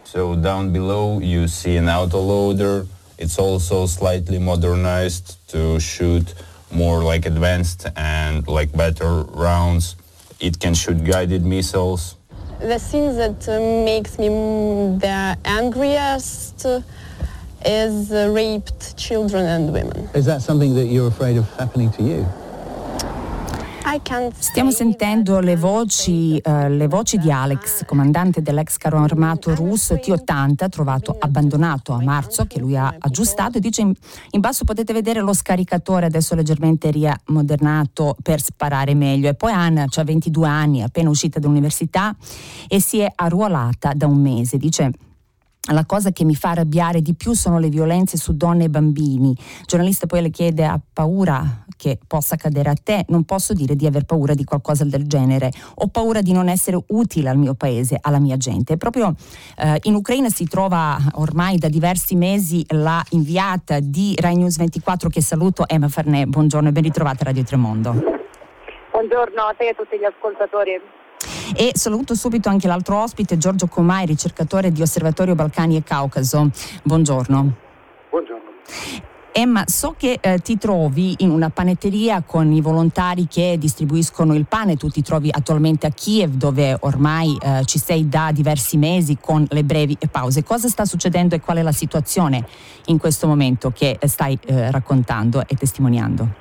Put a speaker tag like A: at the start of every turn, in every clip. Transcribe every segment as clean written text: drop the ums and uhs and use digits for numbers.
A: So down below you see an autoloader. It's also slightly modernized to shoot more like advanced and like better rounds. It can shoot guided missiles.
B: The thing that makes me the angriest is raped children and women.
C: Is that something that you're afraid of happening to you?
D: Stiamo sentendo le voci di Alex, comandante dell'ex carro armato russo T-80, trovato abbandonato a marzo, che lui ha aggiustato, e dice in basso potete vedere lo scaricatore adesso leggermente riammodernato per sparare meglio. E poi Anna ha 22 anni, appena uscita dall'università e si è arruolata da un mese. Dice: la cosa che mi fa arrabbiare di più sono le violenze su donne e bambini. Il giornalista poi le chiede: ha paura che possa accadere a te? Non posso dire di aver paura di qualcosa del genere. Ho paura di non essere utile al mio paese, alla mia gente. E proprio in Ucraina si trova ormai da diversi mesi la inviata di Rai News 24, che saluto, Emma Farnè. Buongiorno e ben ritrovata a Radio Tremondo.
E: Buongiorno a te e a tutti gli ascoltatori.
D: E saluto subito anche l'altro ospite, Giorgio Comai, ricercatore di Osservatorio Balcani e Caucaso. Buongiorno.
F: Buongiorno.
D: Emma, so che ti trovi in una panetteria con i volontari che distribuiscono il pane. Tu ti trovi attualmente a Kiev, dove ormai ci sei da diversi mesi con le brevi pause. Cosa sta succedendo e qual è la situazione in questo momento che stai raccontando e testimoniando?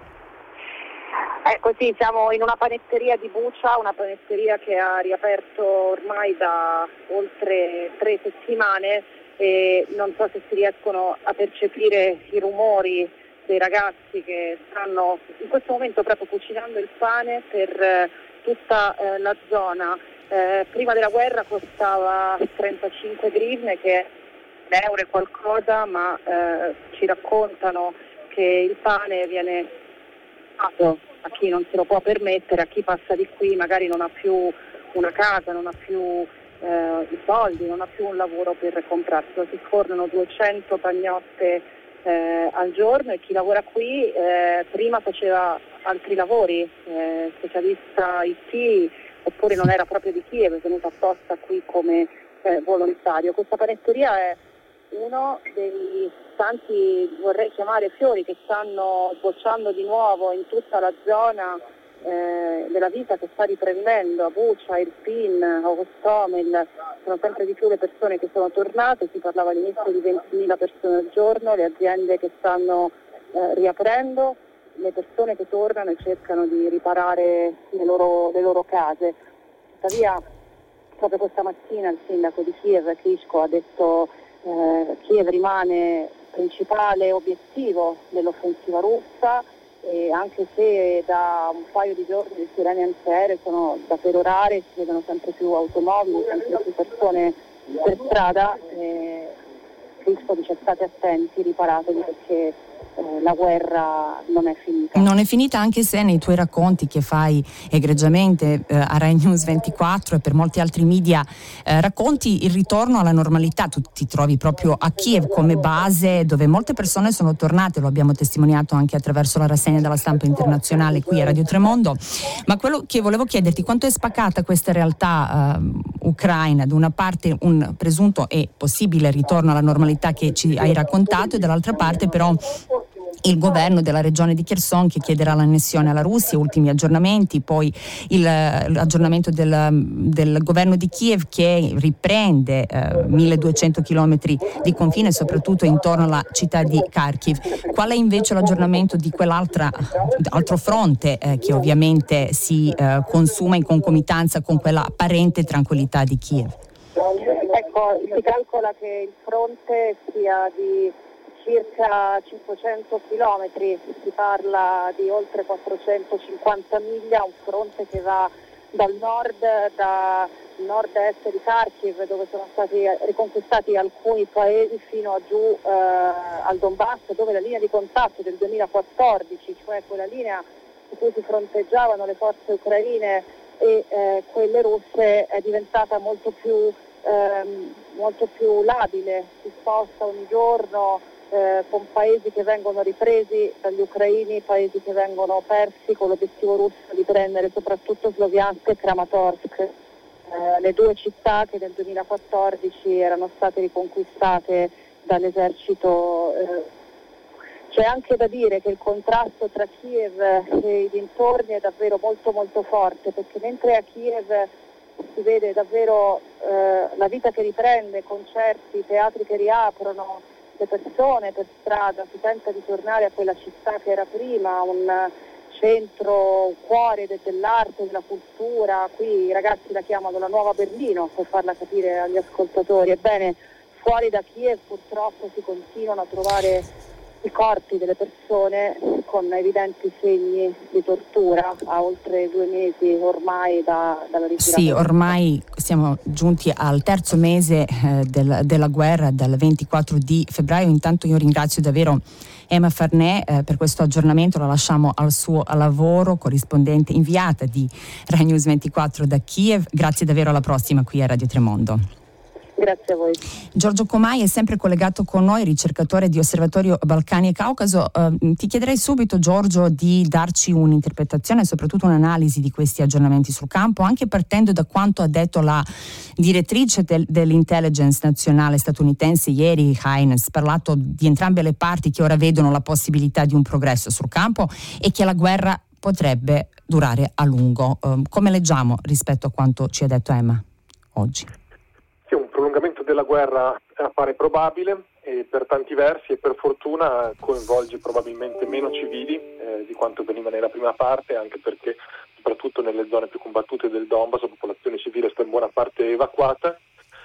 E: Ecco, sì, siamo in una panetteria di Bucha, una panetteria che ha riaperto ormai da oltre 3 settimane e non so se si riescono a percepire i rumori dei ragazzi che stanno in questo momento proprio cucinando il pane per tutta la zona. Prima della guerra costava 35 grivne, che è un euro e qualcosa, ma ci raccontano che il pane viene dato a chi non se lo può permettere, a chi passa di qui magari non ha più una casa, non ha più i soldi, non ha più un lavoro per comprarselo. Si fornano 200 pagnotte al giorno e chi lavora qui prima faceva altri lavori, specialista IT, oppure non era proprio di Kiev, è venuto apposta qui come volontario. Questa panetteria è uno dei tanti, vorrei chiamare, fiori che stanno sbocciando di nuovo in tutta la zona della vita che sta riprendendo a Bucha, Irpin, a Hostomel. Sono sempre di più le persone che sono tornate, si parlava all'inizio di 20.000 persone al giorno, le aziende che stanno riaprendo, le persone che tornano e cercano di riparare le loro case. Tuttavia, proprio questa mattina il sindaco di Kiev, Klitschko, ha detto Kiev rimane principale obiettivo dell'offensiva russa, e anche se da un paio di giorni le sirene antiaeree sono da perorare, si vedono sempre più automobili, sempre più persone per strada, Klitschko dice: state attenti, riparatevi, perché la guerra non è finita.
D: Non è finita, anche se nei tuoi racconti che fai egregiamente a Rai News 24 e per molti altri media racconti il ritorno alla normalità. Tu ti trovi proprio a Kiev come base, dove molte persone sono tornate, lo abbiamo testimoniato anche attraverso la rassegna della stampa internazionale qui a Radio Tremondo. Ma quello che volevo chiederti: quanto è spaccata questa realtà ucraina? Da una parte un presunto e possibile ritorno alla normalità che ci hai raccontato, e dall'altra parte però il governo della regione di Kherson che chiederà l'annessione alla Russia, ultimi aggiornamenti, poi l'aggiornamento del governo di Kiev che riprende 1200 chilometri di confine, soprattutto intorno alla città di Kharkiv. Qual è invece l'aggiornamento di altro fronte che ovviamente si consuma in concomitanza con quella apparente tranquillità di Kiev?
E: Ecco, si calcola che il fronte sia di circa 500 chilometri, si parla di oltre 450 miglia, un fronte che va dal nord-est di Kharkiv, dove sono stati riconquistati alcuni paesi, fino a giù al Donbass, dove la linea di contatto del 2014, cioè quella linea su cui si fronteggiavano le forze ucraine e quelle russe, è diventata molto più labile, si sposta ogni giorno, con paesi che vengono ripresi dagli ucraini, paesi che vengono persi, con l'obiettivo russo di prendere soprattutto Sloviansk e Kramatorsk. le due città che nel 2014 erano state riconquistate dall'esercito. C'è anche da dire che il contrasto tra Kiev e i dintorni è davvero molto molto forte, perché mentre a Kiev si vede davvero la vita che riprende, concerti, teatri che riaprono, le persone per strada, si tenta di tornare a quella città che era prima, un centro, un cuore dell'arte, della cultura. Qui i ragazzi la chiamano la nuova Berlino, per farla capire agli ascoltatori. Ebbene, fuori da Kiev purtroppo si continuano a trovare i corpi delle persone con evidenti segni di tortura a oltre 2 mesi ormai dalla ritirata.
D: Sì, ormai siamo giunti al terzo mese della guerra, dal 24 di febbraio. Intanto io ringrazio davvero Emma Farnè per questo aggiornamento, la lasciamo al suo lavoro, corrispondente inviata di Rai News 24 da Kiev. Grazie davvero, alla prossima qui a Radio Tremondo.
E: Grazie a voi.
D: Giorgio Comai è sempre collegato con noi, ricercatore di Osservatorio Balcani e Caucaso. Ti chiederei subito, Giorgio, di darci un'interpretazione e soprattutto un'analisi di questi aggiornamenti sul campo, anche partendo da quanto ha detto la direttrice dell'intelligence nazionale statunitense ieri, Hines, parlato di entrambe le parti che ora vedono la possibilità di un progresso sul campo e che la guerra potrebbe durare a lungo. Come leggiamo rispetto a quanto ci ha detto Emma oggi?
F: Sì, un prolungamento della guerra appare probabile e per tanti versi, e per fortuna coinvolge probabilmente meno civili di quanto veniva nella prima parte, anche perché soprattutto nelle zone più combattute del Donbass la popolazione civile sta in buona parte evacuata,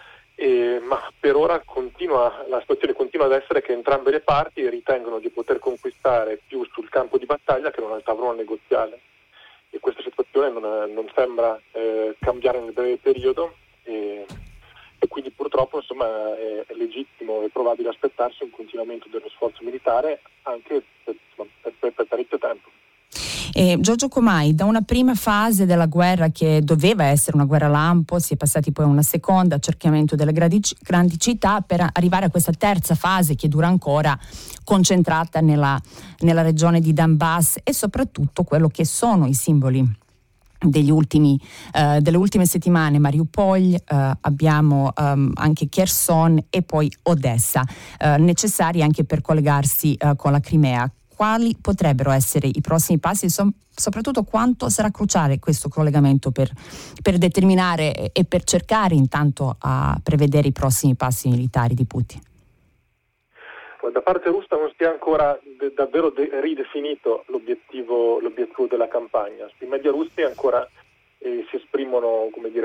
F: ma per ora la situazione continua ad essere che entrambe le parti ritengono di poter conquistare più sul campo di battaglia che non al tavolo negoziale, e questa situazione non sembra cambiare nel breve periodo. E quindi purtroppo è legittimo e probabile aspettarsi un continuamento dello sforzo militare anche per parecchio tempo.
D: Giorgio Comai, da una prima fase della guerra che doveva essere una guerra lampo, si è passati poi a una seconda, cerchiamento delle grandi città, per arrivare a questa terza fase che dura ancora, concentrata nella regione di Donbass, e soprattutto quello che sono i simboli delle ultime settimane: Mariupol, abbiamo anche Kherson e poi Odessa, necessari anche per collegarsi con la Crimea. Quali potrebbero essere i prossimi passi e soprattutto quanto sarà cruciale questo collegamento per determinare e per cercare intanto a prevedere i prossimi passi militari di Putin?
F: Da parte russa non si è ancora davvero ridefinito l'obiettivo della campagna. Sui media russi ancora si esprimono,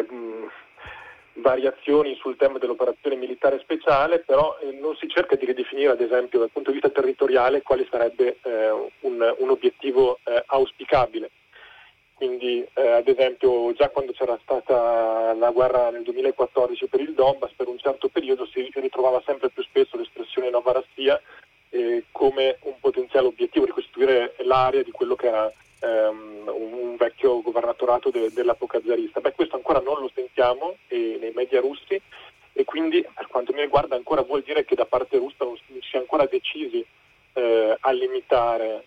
F: variazioni sul tema dell'operazione militare speciale, però non si cerca di ridefinire, ad esempio, dal punto di vista territoriale quale sarebbe un obiettivo auspicabile. Quindi, ad esempio, già quando c'era stata la guerra nel 2014 per il Donbass, per un certo periodo si ritrovava sempre più spesso l'espressione Novorossiya come un potenziale obiettivo di costituire l'area di quello che era un vecchio governatorato dell'epoca zarista. Questo ancora non lo sentiamo nei media russi, e quindi per quanto mi riguarda ancora vuol dire che da parte russa non si è ancora decisi a limitare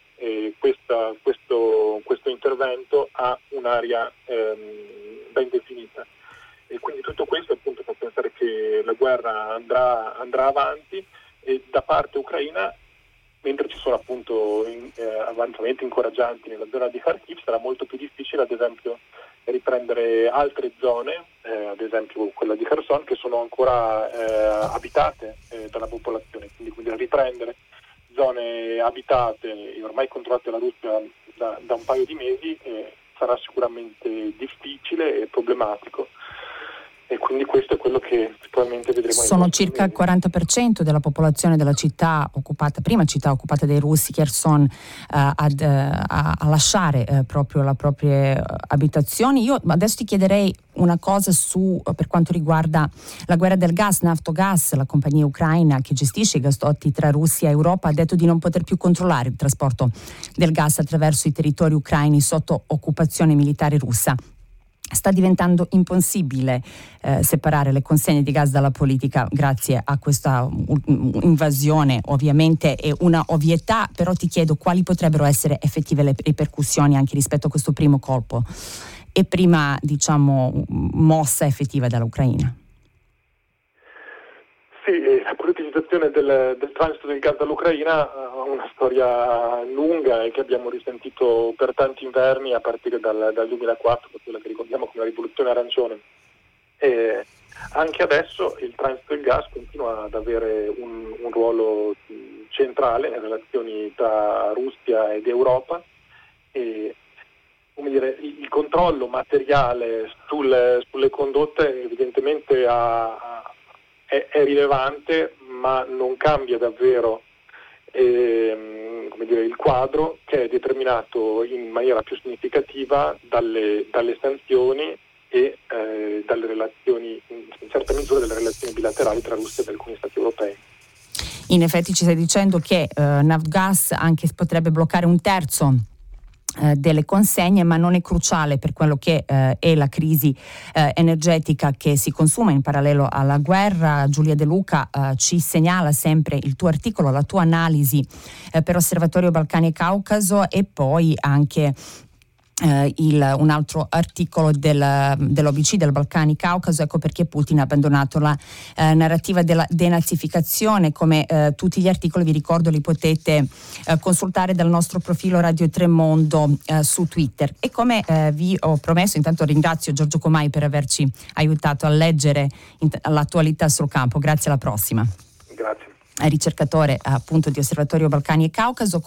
F: questo intervento a un'area ben definita, e quindi tutto questo appunto fa pensare che la guerra andrà avanti, e da parte ucraina, mentre ci sono appunto avanzamenti incoraggianti nella zona di Kharkiv, sarà molto più difficile ad esempio riprendere altre zone, ad esempio quella di Kherson, che sono ancora abitate dalla popolazione, quindi riprendere zone abitate e ormai controllate dalla Russia da un paio di mesi sarà sicuramente difficile e problematico, e quindi questo è quello che probabilmente vedremo.
D: Sono circa il 40% della popolazione della città occupata, prima città occupata dai russi, Kherson, a lasciare proprio le proprie abitazioni. Io adesso ti chiederei una cosa per quanto riguarda la guerra del gas. Naftogaz, la compagnia ucraina che gestisce i gasdotti tra Russia e Europa, ha detto di non poter più controllare il trasporto del gas attraverso i territori ucraini sotto occupazione militare russa. Sta diventando impossibile separare le consegne di gas dalla politica grazie a questa invasione. Ovviamente è una ovvietà, però ti chiedo quali potrebbero essere effettive le ripercussioni anche rispetto a questo primo colpo e prima, diciamo, mossa effettiva dall'Ucraina.
F: Sì, la politicizzazione del transito del gas dall'Ucraina ha una storia lunga e che abbiamo risentito per tanti inverni a partire dal 2004, quella che ricordiamo come la rivoluzione arancione. E anche adesso il transito del gas continua ad avere un ruolo centrale nelle relazioni tra Russia ed Europa e, come dire, il controllo materiale sulle condotte evidentemente è rilevante, ma non cambia davvero come dire, il quadro, che è determinato in maniera più significativa dalle sanzioni e dalle relazioni, in certa misura, delle relazioni bilaterali tra Russia ed alcuni stati europei.
D: In effetti ci stai dicendo che Naftgaz anche potrebbe bloccare un terzo delle consegne, ma non è cruciale per quello che è la crisi energetica che si consuma in parallelo alla guerra. Giulia De Luca ci segnala sempre il tuo articolo, la tua analisi per Osservatorio Balcani e Caucaso, e poi anche un altro articolo dell'OBC, del Balcani Caucaso. Ecco perché Putin ha abbandonato la narrativa della denazificazione. Come tutti gli articoli, vi ricordo, li potete consultare dal nostro profilo Radio Tremondo su Twitter. E come vi ho promesso, intanto ringrazio Giorgio Comai per averci aiutato a leggere l'attualità sul campo. Grazie, alla prossima.
F: Grazie.
D: Ricercatore appunto di Osservatorio Balcani e Caucaso.